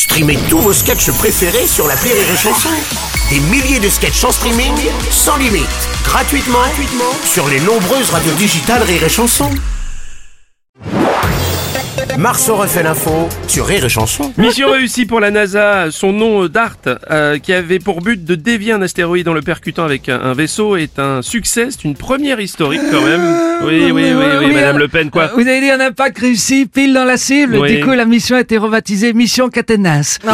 Streamez tous vos sketchs préférés sur l'appli Rire et Chanson. Des milliers de sketchs en streaming, sans limite, gratuitement sur les nombreuses radios digitales Rire et Chanson. Marceau refait l'info sur Rire et Chanson. Mission réussie pour la NASA. Son nom DART, qui avait pour but de dévier un astéroïde en le percutant avec un vaisseau, est un succès. C'est une première historique quand même. Oui, Madame Le Pen, quoi. Vous avez dit un impact réussi, pile dans la cible. Oui. Du coup, la mission a été rebaptisée Mission Caténas. C'est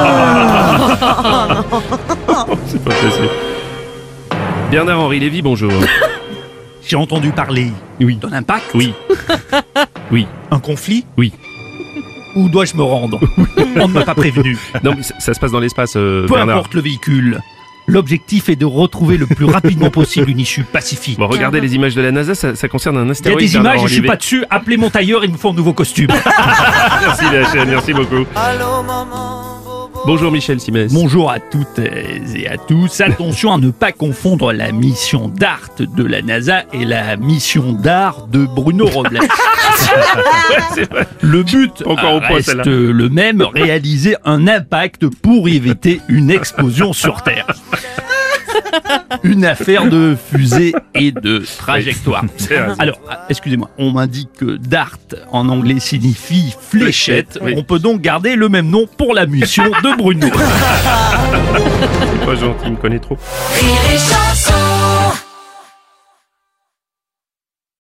pas possible. Bernard-Henri Lévy, bonjour. J'ai entendu parler d'un impact. Oui. Un conflit. Oui. Où dois-je me rendre? On ne m'a pas prévenu. Non, mais ça se passe dans l'espace, Peu Bernard. importe le véhicule. L'objectif est de retrouver le plus rapidement possible une issue pacifique. Bon, regardez les images de la NASA, ça concerne un Il y a astéroïde. des images, je suis Bernard-Henri pas dessus. Appelez mon tailleur, il me faut un nouveau costume. Merci VHL, merci beaucoup. Bonjour Michel Simès. Bonjour à toutes et à tous. Attention à ne pas confondre la mission DART de la NASA et la mission d'art de Bruno Robles. C'est vrai. Le but Encore au point, reste celle-là. le même, réaliser un impact pour éviter une explosion sur Terre. Une affaire de fusée et de trajectoire. C'est vrai. Alors, excusez-moi, on m'indique que DART en anglais signifie fléchette. Oui. On peut donc garder le même nom pour la mission de Bruno. C'est pas gentil, il me connaît trop. Rire et Chanson.